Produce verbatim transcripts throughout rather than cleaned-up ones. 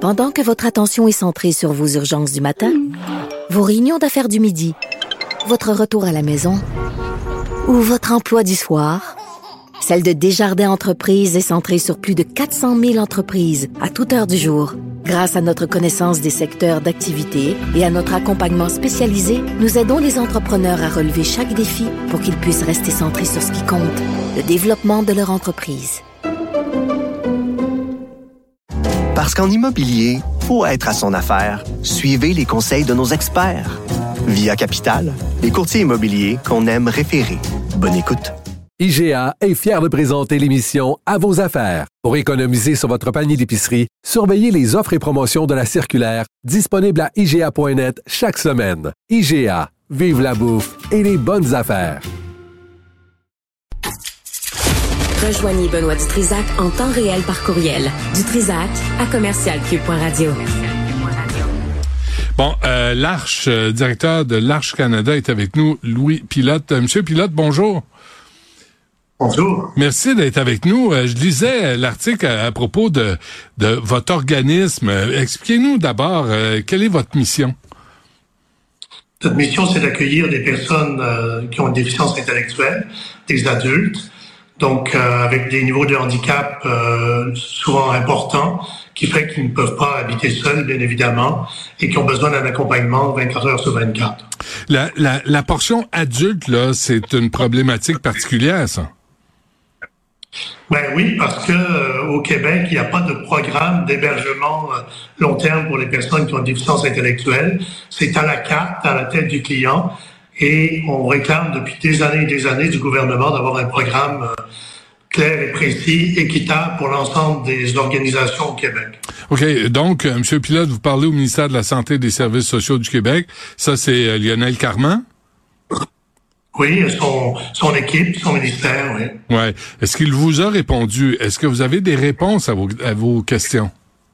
Pendant que votre attention est centrée sur vos urgences du matin, vos réunions d'affaires du midi, votre retour à la maison ou votre emploi du soir, celle de Desjardins Entreprises est centrée sur plus de quatre cent mille entreprises à toute heure du jour. Grâce à notre connaissance des secteurs d'activité et à notre accompagnement spécialisé, nous aidons les entrepreneurs à relever chaque défi pour qu'ils puissent rester centrés sur ce qui compte, le développement de leur entreprise. Parce qu'en immobilier, faut être à son affaire. Suivez les conseils de nos experts. Via Capital, les courtiers immobiliers qu'on aime référer. Bonne écoute. I G A est fier de présenter l'émission À vos affaires. Pour économiser sur votre panier d'épicerie, surveillez les offres et promotions de la circulaire disponible à I G A point net chaque semaine. I G A, vive la bouffe et les bonnes affaires. Rejoignez Benoît Dutrisac en temps réel par courriel. Dutrisac à commercial cube point radio. Bon, euh, l'Arche, euh, directeur de l'Arche Canada est avec nous, Louis Pilote. Euh, Monsieur Pilote, bonjour. Bonjour. Merci d'être avec nous. Euh, je lisais l'article à, à propos de, de votre organisme. Euh, expliquez-nous d'abord, euh, quelle est votre mission? Notre mission, c'est d'accueillir des personnes euh, qui ont une déficience intellectuelle, des adultes, donc euh, avec des niveaux de handicap euh, souvent importants, qui fait qu'ils ne peuvent pas habiter seuls, bien évidemment, et qui ont besoin d'un accompagnement vingt-quatre heures sur vingt-quatre. La, la, la portion adulte, là, c'est une problématique particulière, ça? Ben oui, parce que euh, au Québec, il n'y a pas de programme d'hébergement euh, long terme pour les personnes qui ont une déficience intellectuelle. C'est à la carte, à la tête du client, et on réclame depuis des années et des années du gouvernement d'avoir un programme euh, clair et précis, équitable pour l'ensemble des organisations au Québec. OK. Donc, euh, M. Pilote, vous parlez au ministère de la Santé et des Services sociaux du Québec. Ça, c'est euh, Lionel Carman? Oui, son, son équipe, son ministère, oui. Ouais. Est-ce qu'il vous a répondu? Est-ce que vous avez des réponses à vos, à vos questions?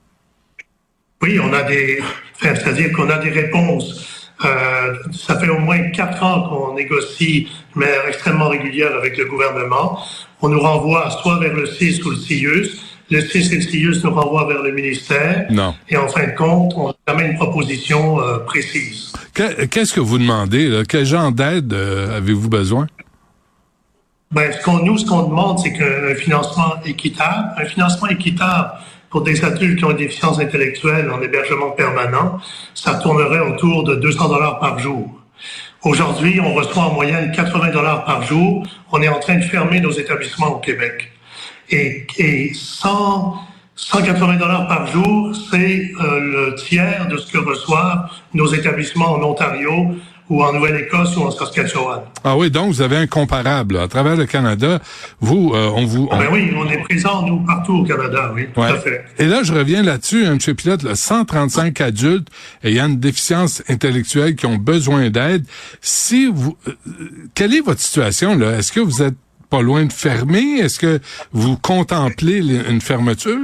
Oui, on a des, enfin, c'est-à-dire qu'on a des réponses. Euh, ça fait au moins quatre ans qu'on négocie de manière extrêmement régulière avec le gouvernement. On nous renvoie soit vers le C I S ou le C I U S. Le C I S et le C I U S nous renvoient vers le ministère. Non. Et en fin de compte, on a une proposition euh, précise. Qu'est-ce que vous demandez, là? Quel genre d'aide euh, avez-vous besoin? Ben, ce qu'on, nous, ce qu'on demande, c'est qu'un financement équitable, un financement équitable pour des adultes qui ont une déficience intellectuelle en hébergement permanent, ça tournerait autour de deux cents dollars par jour. Aujourd'hui, on reçoit en moyenne quatre-vingts dollars par jour. On est en train de fermer nos établissements au Québec. Et, et cent, cent quatre-vingts dollars par jour, c'est euh, le tiers de ce que reçoivent nos établissements en Ontario ou en Nouvelle-Écosse ou en Saskatchewan. Ah oui, donc vous avez un comparable. Là. À travers le Canada, vous, euh, on vous... On... Ben oui, on est présents, nous, partout au Canada, oui, tout ouais. à fait. Et là, je reviens là-dessus, hein, M. Pilote, là, cent trente-cinq adultes ayant une déficience intellectuelle qui ont besoin d'aide. Si vous... Euh, quelle est votre situation, là? Est-ce que vous êtes pas loin de fermer? Est-ce que vous contemplez une fermeture?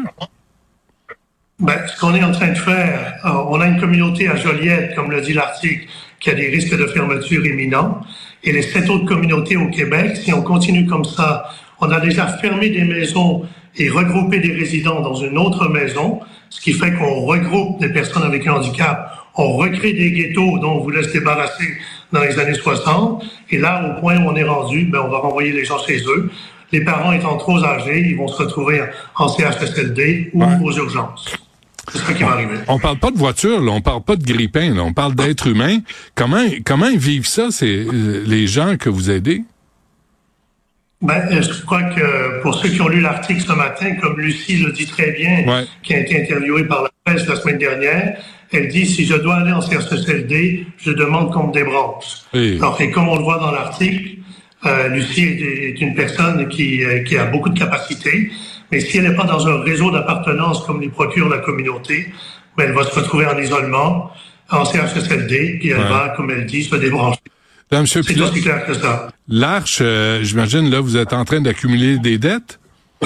Ben, ce qu'on est en train de faire, euh, on a une communauté à Joliette, comme le dit l'article, qui a des risques de fermeture imminents. Et les sept autres communautés au Québec, si on continue comme ça, on a déjà fermé des maisons et regroupé des résidents dans une autre maison, ce qui fait qu'on regroupe des personnes avec un handicap. On recrée des ghettos dont on voulait se débarrasser dans les années soixante. Et là, au point où on est rendu, ben, on va renvoyer les gens chez eux. Les parents étant trop âgés, ils vont se retrouver en C H S L D ou ouais. aux urgences. C'est ça qui va arriver. On parle pas de voiture, là, on parle pas de grippins, là, on parle d'êtres humains. Comment comment ils vivent ça, c'est les gens que vous aidez? Ben, je crois que pour ceux qui ont lu l'article ce matin, comme Lucie le dit très bien, ouais. qui a été interviewée par la presse la semaine dernière, elle dit, si je dois aller en C H S L D, je demande qu'on me débranche. Oui. Alors, et comme on le voit dans l'article, euh, Lucie est, est une personne qui, euh, qui a beaucoup de capacités, mais si elle n'est pas dans un réseau d'appartenance comme lui procure la communauté, ben, elle va se retrouver en isolement, en C H S L D, puis elle ouais. va, comme elle dit, se débrancher. Là, Monsieur c'est Pilote, aussi clair que ça. L'Arche, euh, j'imagine, là, vous êtes en train d'accumuler des dettes?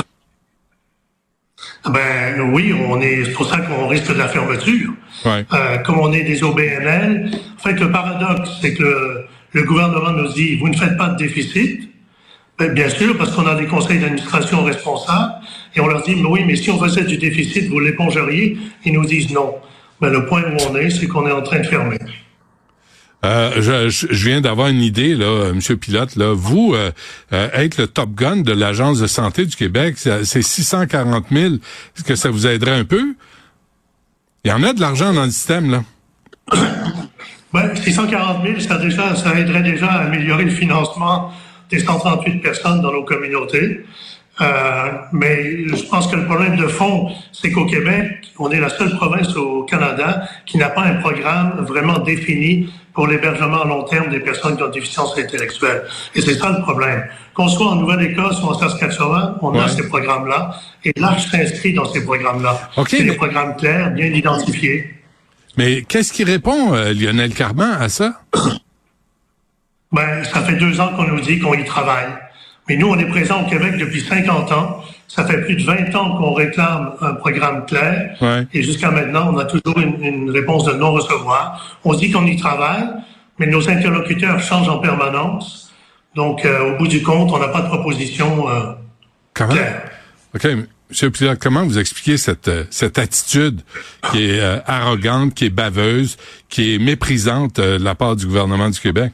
Ben oui, on est, c'est pour ça qu'on risque de la fermeture. Ouais. Euh, comme on est des O B N L, en fait, le paradoxe, c'est que le, le gouvernement nous dit, vous ne faites pas de déficit, Bien sûr, parce qu'on a des conseils d'administration responsables et on leur dit, mais oui, mais si on faisait du déficit, vous l'épongeriez. Ils nous disent non. Mais le point où on est, c'est qu'on est en train de fermer. Euh, je, je viens d'avoir une idée, là, M. Pilote. Là, vous, euh, euh, être le top gun de l'Agence de santé du Québec, c'est six cent quarante mille. Est-ce que ça vous aiderait un peu? Il y en a de l'argent dans le système, là. Oui, six cent quarante mille, ça, déjà, ça aiderait déjà à améliorer le financement des cent trente-huit personnes dans nos communautés. Euh, mais je pense que le problème de fond, c'est qu'au Québec, on est la seule province au Canada qui n'a pas un programme vraiment défini pour l'hébergement à long terme des personnes qui ont déficience intellectuelle. Et c'est ça le problème. Qu'on soit en Nouvelle-Écosse ou en Saskatchewan, on ouais. a ces programmes-là, et l'Arche s'inscrit dans ces programmes-là. Okay, c'est mais... des programmes clairs, bien identifiés. Mais qu'est-ce qui répond, euh, Lionel Carman, à ça? Ben, ça fait deux ans qu'on nous dit qu'on y travaille. Mais nous, on est présents au Québec depuis cinquante ans. Ça fait plus de vingt ans qu'on réclame un programme clair. Ouais. Et jusqu'à maintenant, on a toujours une, une réponse de non-recevoir. On dit qu'on y travaille, mais nos interlocuteurs changent en permanence. Donc, euh, au bout du compte, on n'a pas de proposition euh, Comment? claire. OK, M. Pilote, comment vous expliquez cette, cette attitude qui est euh, arrogante, qui est baveuse, qui est méprisante euh, de la part du gouvernement du Québec?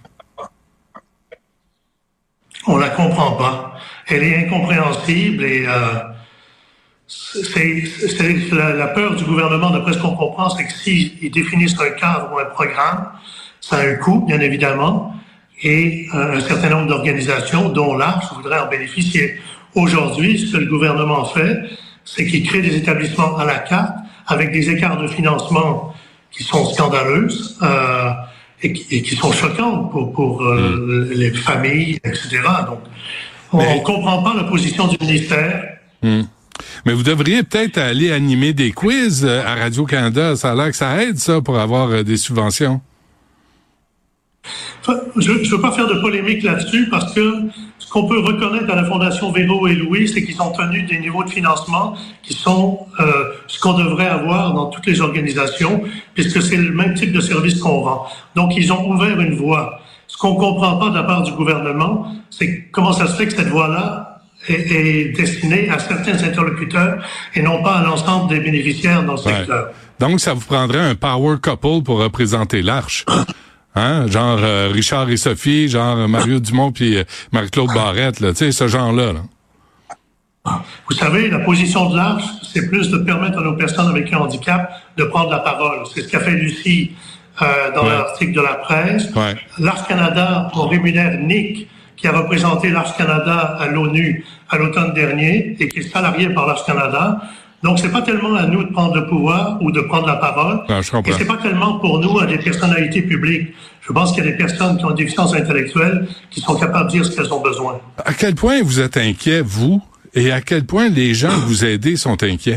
On la comprend pas. Elle est incompréhensible et euh, c'est, c'est la, la peur du gouvernement, d'après ce qu'on comprend, c'est que s'ils définissent un cadre ou un programme, ça a un coût, bien évidemment, et euh, un certain nombre d'organisations, dont l'Arche, voudraient en bénéficier. Aujourd'hui, ce que le gouvernement fait, c'est qu'il crée des établissements à la carte avec des écarts de financement qui sont scandaleuses, euh, Et qui, et qui sont choquantes pour, pour euh, mmh. les familles, et cetera. Donc, on ne comprend pas la position du ministère. Mmh. Mais vous devriez peut-être aller animer des quiz à Radio-Canada. Ça a l'air que ça aide, ça, pour avoir euh, des subventions. Enfin, je ne veux pas faire de polémique là-dessus parce que ce qu'on peut reconnaître à la Fondation Véro et Louis, c'est qu'ils ont tenu des niveaux de financement qui sont euh, ce qu'on devrait avoir dans toutes les organisations, puisque c'est le même type de service qu'on rend. Donc, ils ont ouvert une voie. Ce qu'on ne comprend pas de la part du gouvernement, c'est comment ça se fait que cette voie-là est, est destinée à certains interlocuteurs et non pas à l'ensemble des bénéficiaires dans le ouais. secteur. Donc, ça vous prendrait un power couple pour représenter l'Arche. Hein, genre euh, Richard et Sophie, genre Mario Dumont puis euh, Marie-Claude Barrette, là, tu sais, ce genre-là. Là. Vous savez, la position de l'Arche, c'est plus de permettre à nos personnes avec un handicap de prendre la parole. C'est ce qu'a fait Lucie euh, dans ouais. l'article de la presse. Ouais. L'Arche Canada, on rémunère Nick, qui a représenté l'Arche Canada à l'ONU à l'automne dernier et qui est salarié par l'Arche Canada. Donc, c'est pas tellement à nous de prendre le pouvoir ou de prendre la parole. Non, je comprends. Et c'est pas tellement pour nous à des personnalités publiques. Je pense qu'il y a des personnes qui ont une déficience intellectuelle qui sont capables de dire ce qu'elles ont besoin. À quel point vous êtes inquiet, vous, et à quel point les gens que vous aidez sont inquiets?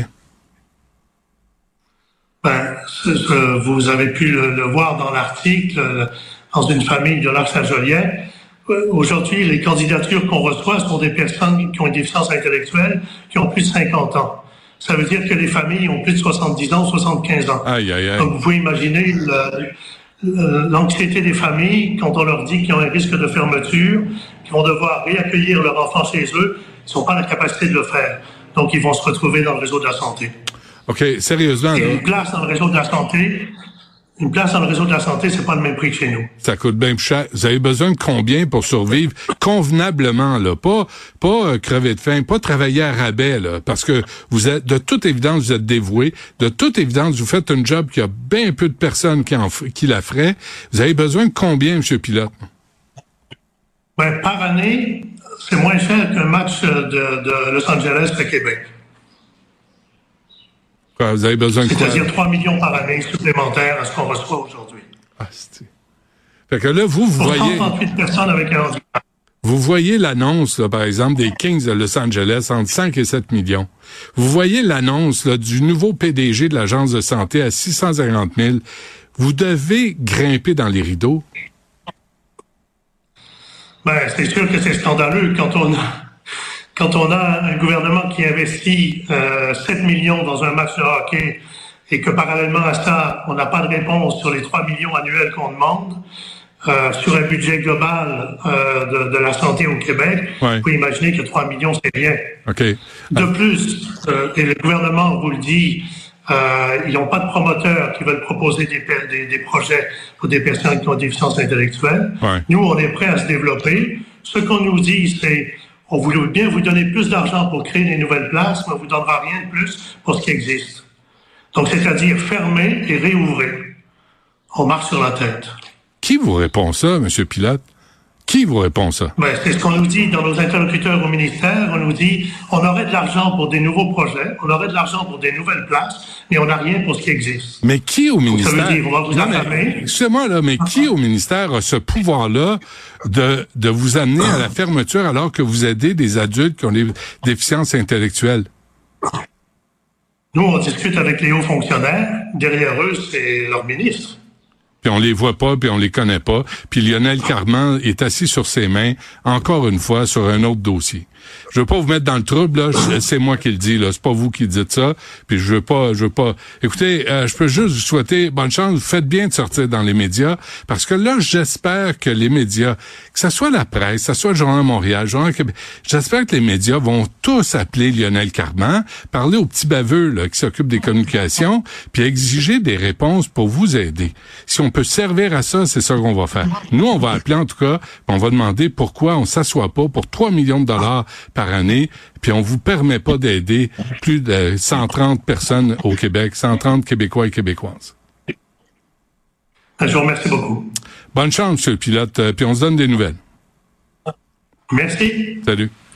Ben, ce, ce, vous avez pu le, le voir dans l'article, dans une famille de l'Arche à Joliette. Aujourd'hui, les candidatures qu'on reçoit sont des personnes qui ont une déficience intellectuelle qui ont plus de cinquante ans. Ça veut dire que les familles ont plus de soixante-dix ans, soixante-quinze ans. Aïe, aïe, aïe. Donc, vous pouvez imaginer le, le, l'anxiété des familles quand on leur dit qu'ils ont un risque de fermeture, qu'ils vont devoir réaccueillir leur enfant chez eux. Ils n'ont pas la capacité de le faire. Donc, ils vont se retrouver dans le réseau de la santé. OK, sérieusement. Et là. une place dans le réseau de la santé, une place dans le réseau de la santé, c'est pas le même prix que chez nous. Ça coûte bien plus cher. Vous avez besoin de combien pour survivre convenablement, là? Pas, pas euh, crever de faim, pas travailler à rabais, là. Parce que vous êtes, de toute évidence, vous êtes dévoué. De toute évidence, vous faites un job qu'il y a bien peu de personnes qui, en, qui la feraient. Vous avez besoin de combien, M. Pilote? Ben, par année, c'est moins cher qu'un match de, de Los Angeles à Québec. Quoi, vous avez besoin de quoi? C'est-à-dire trois millions par année supplémentaires à ce qu'on reçoit aujourd'hui. Ah, c'est... Fait que là, vous, vous Pour voyez... trente-huit personnes avec un handicap. Vous voyez l'annonce, là, par exemple, des Kings de Los Angeles entre cinq et sept millions. Vous voyez l'annonce là, du nouveau P D G de l'Agence de santé à six cent cinquante mille. Vous devez grimper dans les rideaux. Ben, c'est sûr que c'est scandaleux quand on a, quand on a un gouvernement qui investit euh, sept millions dans un match de hockey et que parallèlement à ça, on n'a pas de réponse sur les trois millions annuels qu'on demande. euh, sur un budget global euh, de, de la santé au Québec, ouais. vous pouvez imaginer que trois millions, c'est rien. Okay. De plus, euh, et le gouvernement vous le dit, euh, ils n'ont pas de promoteurs qui veulent proposer des, des, des projets pour des personnes qui ont des déficiences intellectuelles. Ouais. Nous, on est prêts à se développer. Ce qu'on nous dit, c'est on voulait bien vous donner plus d'argent pour créer des nouvelles places, mais on vous donnera rien de plus pour ce qui existe. Donc, c'est-à-dire fermer et réouvrir. On marche sur la tête. Qui vous répond ça, M. Pilote? Qui vous répond ça? Ben, c'est ce qu'on nous dit dans nos interlocuteurs au ministère. On nous dit on aurait de l'argent pour des nouveaux projets, on aurait de l'argent pour des nouvelles places, mais on n'a rien pour ce qui existe. Mais qui au ministère? Donc, ça veut dire, on va vous non, affamer. Excusez-moi, là, mais qui au ministère a ce pouvoir-là de, de vous amener à la fermeture alors que vous aidez des adultes qui ont des déficiences intellectuelles? Nous, on discute avec les hauts fonctionnaires. Derrière eux, c'est leur ministre. Puis on les voit pas, puis on les connaît pas. Puis Lionel Carman est assis sur ses mains, encore une fois, sur un autre dossier. Je veux pas vous mettre dans le trouble, là. C'est moi qui le dis, là. C'est pas vous qui dites ça. Puis je veux pas, je veux pas. Écoutez, euh, je peux juste vous souhaiter bonne chance. Vous faites bien de sortir dans les médias. Parce que là, j'espère que les médias, que ce soit la presse, que ce soit le Journal de Montréal, le Journal de Québec, j'espère que les médias vont tous appeler Lionel Carman, parler aux petits baveux, là, qui s'occupent des communications, puis exiger des réponses pour vous aider. Si on peut servir à ça, c'est ça qu'on va faire. Nous, on va appeler en tout cas, puis on va demander pourquoi on s'assoit pas pour trois millions de dollars par année, puis on vous permet pas d'aider plus de cent trente personnes au Québec, cent trente Québécois et Québécoises. Je vous remercie beaucoup. Bonne chance, M. le pilote, puis on se donne des nouvelles. Merci. Salut.